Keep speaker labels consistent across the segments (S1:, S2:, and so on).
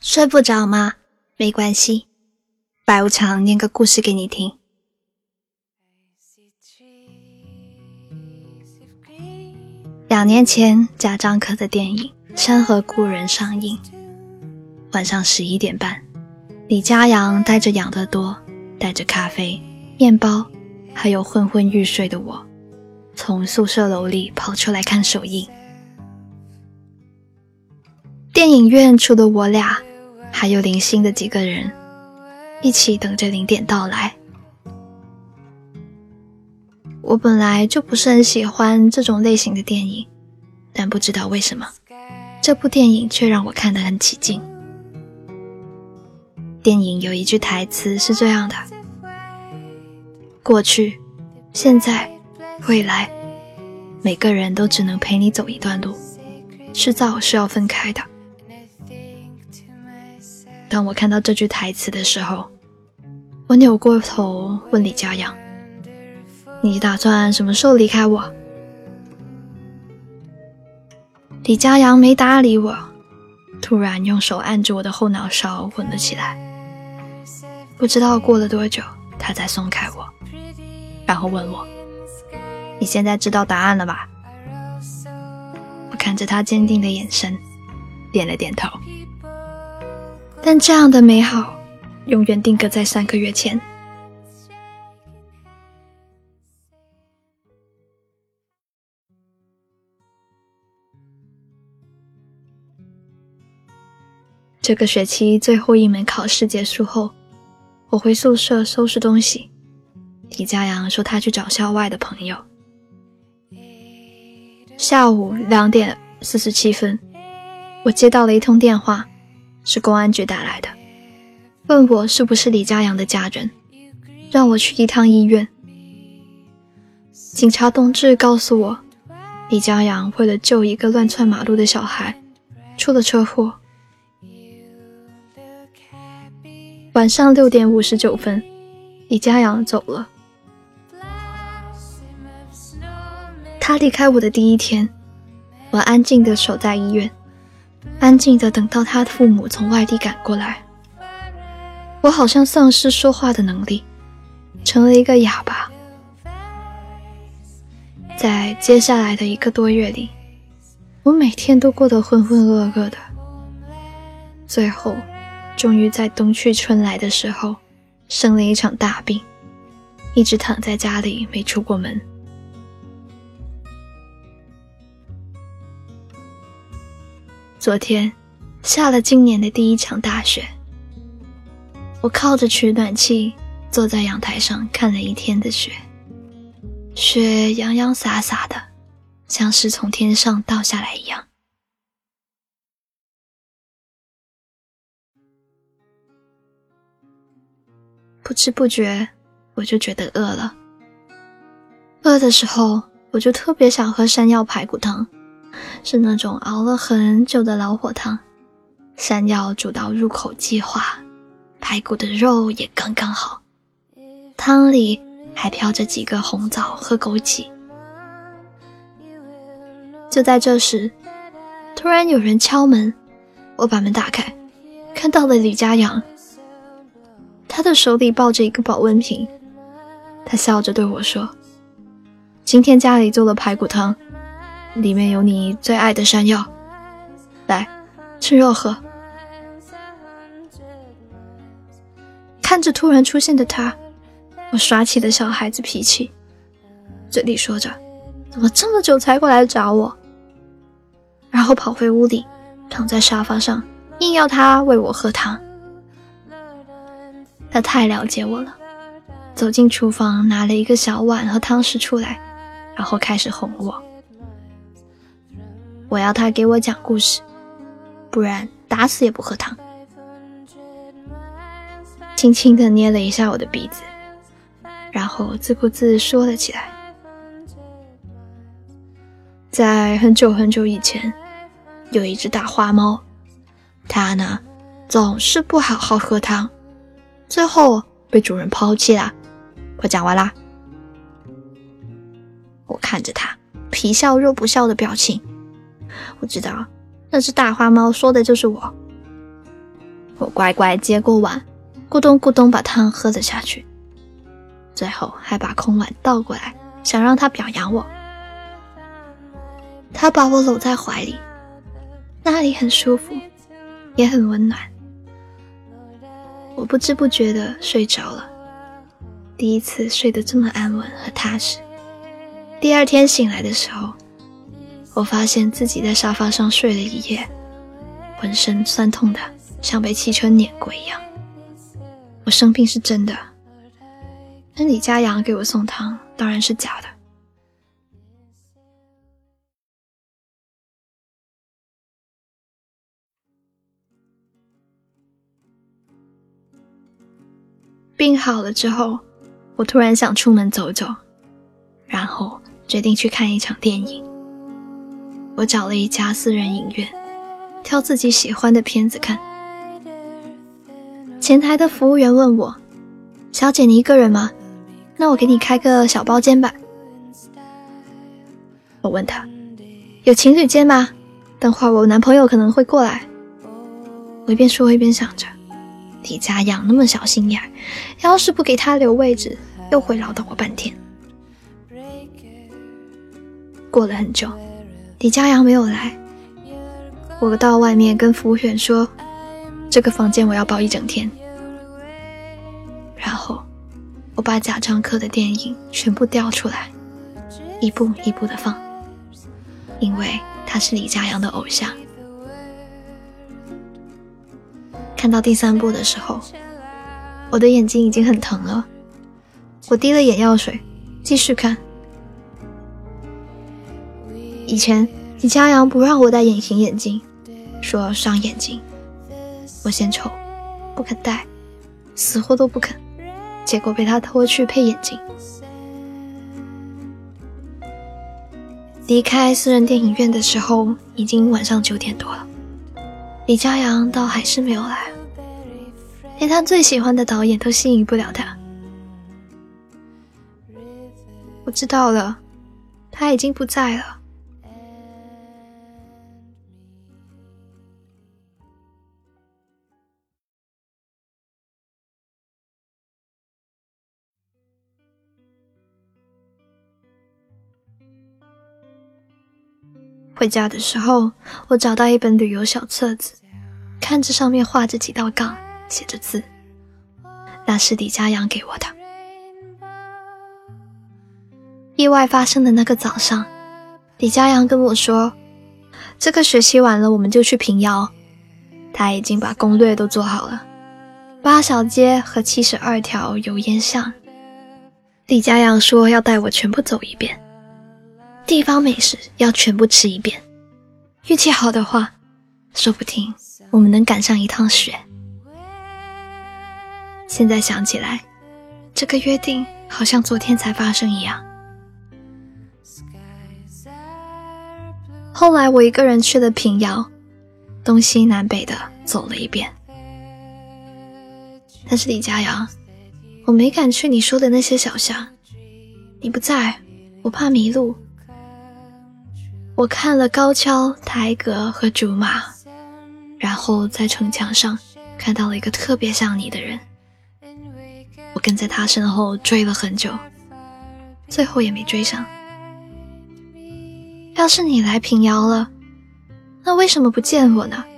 S1: 睡不着吗？没关系，白无常念个故事给你听。2年前，贾樟柯的电影《山河故人》上映，晚上11点半，李嘉阳带着养乐多，带着咖啡、面包，还有昏昏欲睡的我，从宿舍楼里跑出来看首映。电影院除了我俩，还有零星的几个人，一起等着0点到来。我本来就不是很喜欢这种类型的电影，但不知道为什么，这部电影却让我看得很起劲。电影有一句台词是这样的：过去、现在、未来，每个人都只能陪你走一段路，迟早是要分开的。当我看到这句台词的时候，我扭过头问李嘉阳，你打算什么时候离开我？李嘉阳没搭理我，突然用手按住我的后脑勺吻了起来。不知道过了多久，他才松开我，然后问我，你现在知道答案了吧？我看着他坚定的眼神，点了点头。但这样的美好永远定格在3个月前。这个学期最后一门考试结束后，我回宿舍收拾东西。李嘉阳说他去找校外的朋友。下午2点47分，我接到了一通电话，是公安局打来的，问我是不是李嘉阳的家人，让我去一趟医院。警察同志告诉我，李嘉阳为了救一个乱窜马路的小孩，出了车祸。晚上6点59分，李嘉阳走了。他离开我的第一天，我安静地守在医院，安静地等到他的父母从外地赶过来。我好像丧失说话的能力，成了一个哑巴。在接下来的1个多月里，我每天都过得浑浑噩噩的。最后终于在冬去春来的时候生了一场大病，一直躺在家里没出过门。昨天下了今年的第1场大雪，我靠着取暖器坐在阳台上看了一天的雪，雪洋洋洒洒的，像是从天上倒下来一样。不知不觉我就觉得饿了，饿的时候我就特别想喝山药排骨汤，是那种熬了很久的老火汤，山药煮到入口即化，排骨的肉也刚刚好，汤里还飘着几个红枣和枸杞。就在这时，突然有人敲门，我把门打开，看到了李嘉阳，他的手里抱着一个保温瓶，他笑着对我说，今天家里做了排骨汤，里面有你最爱的山药，来，吃肉喝。看着突然出现的他，我耍起了小孩子脾气，嘴里说着怎么这么久才过来找我，然后跑回屋里，躺在沙发上，硬要他喂我喝汤。他太了解我了，走进厨房拿了一个小碗和汤匙出来，然后开始哄我。我要他给我讲故事，不然打死也不喝汤。轻轻地捏了一下我的鼻子，然后自顾自说了起来。在很久很久以前，有一只大花猫，它呢总是不好好喝汤，最后被主人抛弃了。我讲完啦。我看着它皮笑肉不笑的表情，我知道那只大花猫说的就是我。 我乖乖接过碗，咕咚咕咚把汤喝了下去，最后还把空碗倒过来，想让他表扬我。他把我搂在怀里，那里很舒服，也很温暖。我不知不觉地睡着了，第一次睡得这么安稳和踏实。第二天醒来的时候，我发现自己在沙发上睡了一夜，浑身酸痛的像被汽车碾过一样。我生病是真的，但李家阳给我送汤当然是假的。病好了之后，我突然想出门走走，然后决定去看一场电影。我找了一家私人影院，挑自己喜欢的片子看。前台的服务员问我：小姐，你一个人吗？那我给你开个小包间吧。我问他：有情侣间吗？等会儿我男朋友可能会过来。我一边说一边想着，李家阳那么小心眼，要是不给他留位置，又会唠叨我半天。过了很久，李家阳没有来，我到外面跟服务员说，这个房间我要包一整天。然后我把贾樟柯的电影全部调出来，一部一部的放，因为他是李家阳的偶像。看到第3部的时候，我的眼睛已经很疼了，我滴了眼药水继续看。以前李家阳不让我戴隐形眼镜，说伤眼睛，我嫌丑不肯戴，死活都不肯，结果被他拖去配眼镜。离开私人电影院的时候已经晚上9点多了，李家阳倒还是没有来，连他最喜欢的导演都吸引不了他。我知道了，他已经不在了。回家的时候，我找到一本旅游小册子，看着上面画着几道杠，写着字，那是李家阳给我的。意外发生的那个早上，李家阳跟我说，这个学期完了我们就去平遥，他已经把攻略都做好了，8小街和72条油烟巷。李家阳说要带我全部走一遍，地方美食要全部吃一遍，运气好的话，说不定我们能赶上一趟雪。现在想起来，这个约定好像昨天才发生一样。后来我一个人去了平遥，东西南北的走了一遍。但是李家阳，我没敢去你说的那些小巷，你不在，我怕迷路。我看了高跷、台阁和竹马，然后在城墙上看到了一个特别像你的人，我跟在他身后追了很久，最后也没追上。要是你来平遥了，那为什么不见我呢？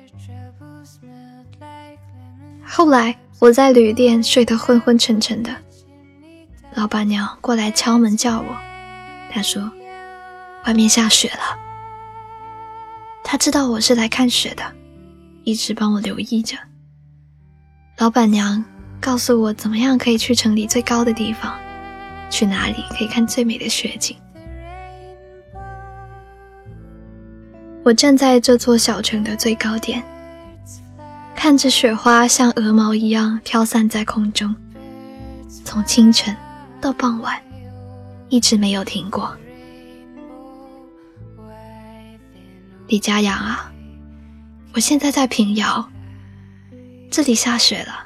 S1: 后来我在旅店睡得昏昏沉沉的，老板娘过来敲门叫我，她说外面下雪了。她知道我是来看雪的，一直帮我留意着。老板娘告诉我怎么样可以去城里最高的地方，去哪里可以看最美的雪景。我站在这座小城的最高点，看着雪花像鹅毛一样飘散在空中，从清晨到傍晚，一直没有停过。李家阳啊，我现在在平遥，这里下雪了。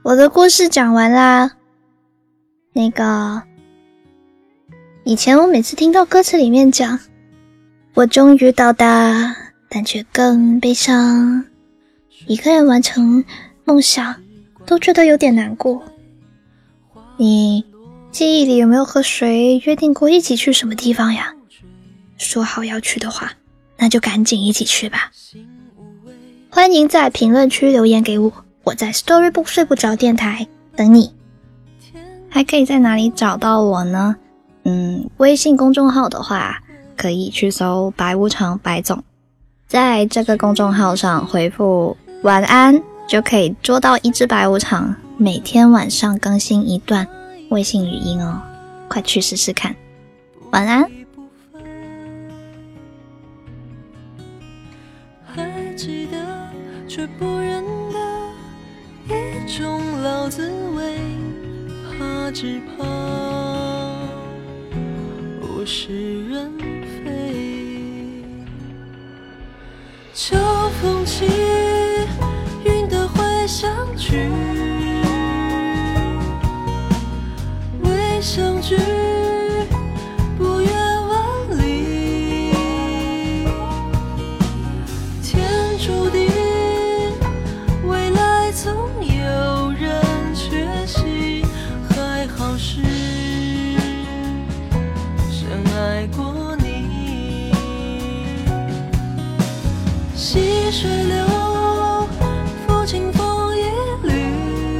S1: 我的故事讲完啦。以前我每次听到歌词里面讲我终于到达，但却更悲伤，一个人完成梦想都觉得有点难过。你记忆里有没有和谁约定过一起去什么地方呀？说好要去的话，那就赶紧一起去吧。欢迎在评论区留言给我，我在 Storybook 睡不着电台等你。还可以在哪里找到我呢？微信公众号的话可以去搜白无常白总，在这个公众号上回复晚安就可以捉到一只白无常，每天晚上更新一段微信语音哦，快去试试看。晚安。
S2: 还记得却不认得一种老滋味，怕只怕物是人非。秋风起，云的会相聚，未相聚不远万里，天注定未来总有人缺席，还好是深爱过你。细水流，抚清风一缕，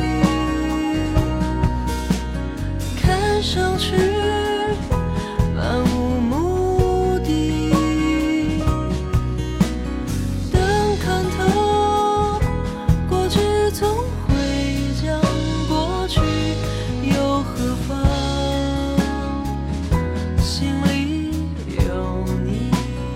S2: 看上去漫无目的，等看透过去总会将过去，又何妨心里有你。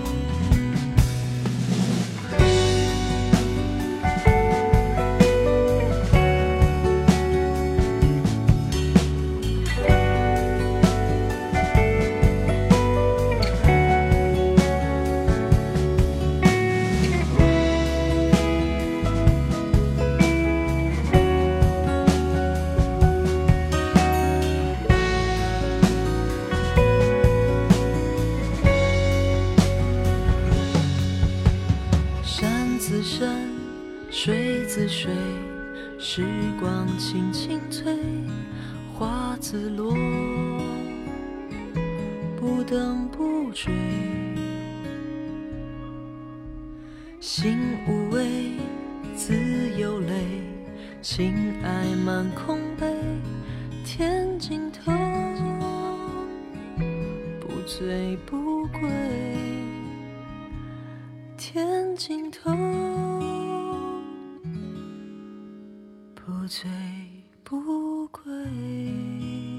S2: 山自山，水自水，时光轻轻催，花自落，不等不追。心无畏，自有泪，情爱满空杯，天尽头，不醉不归。天尽头，不醉不归。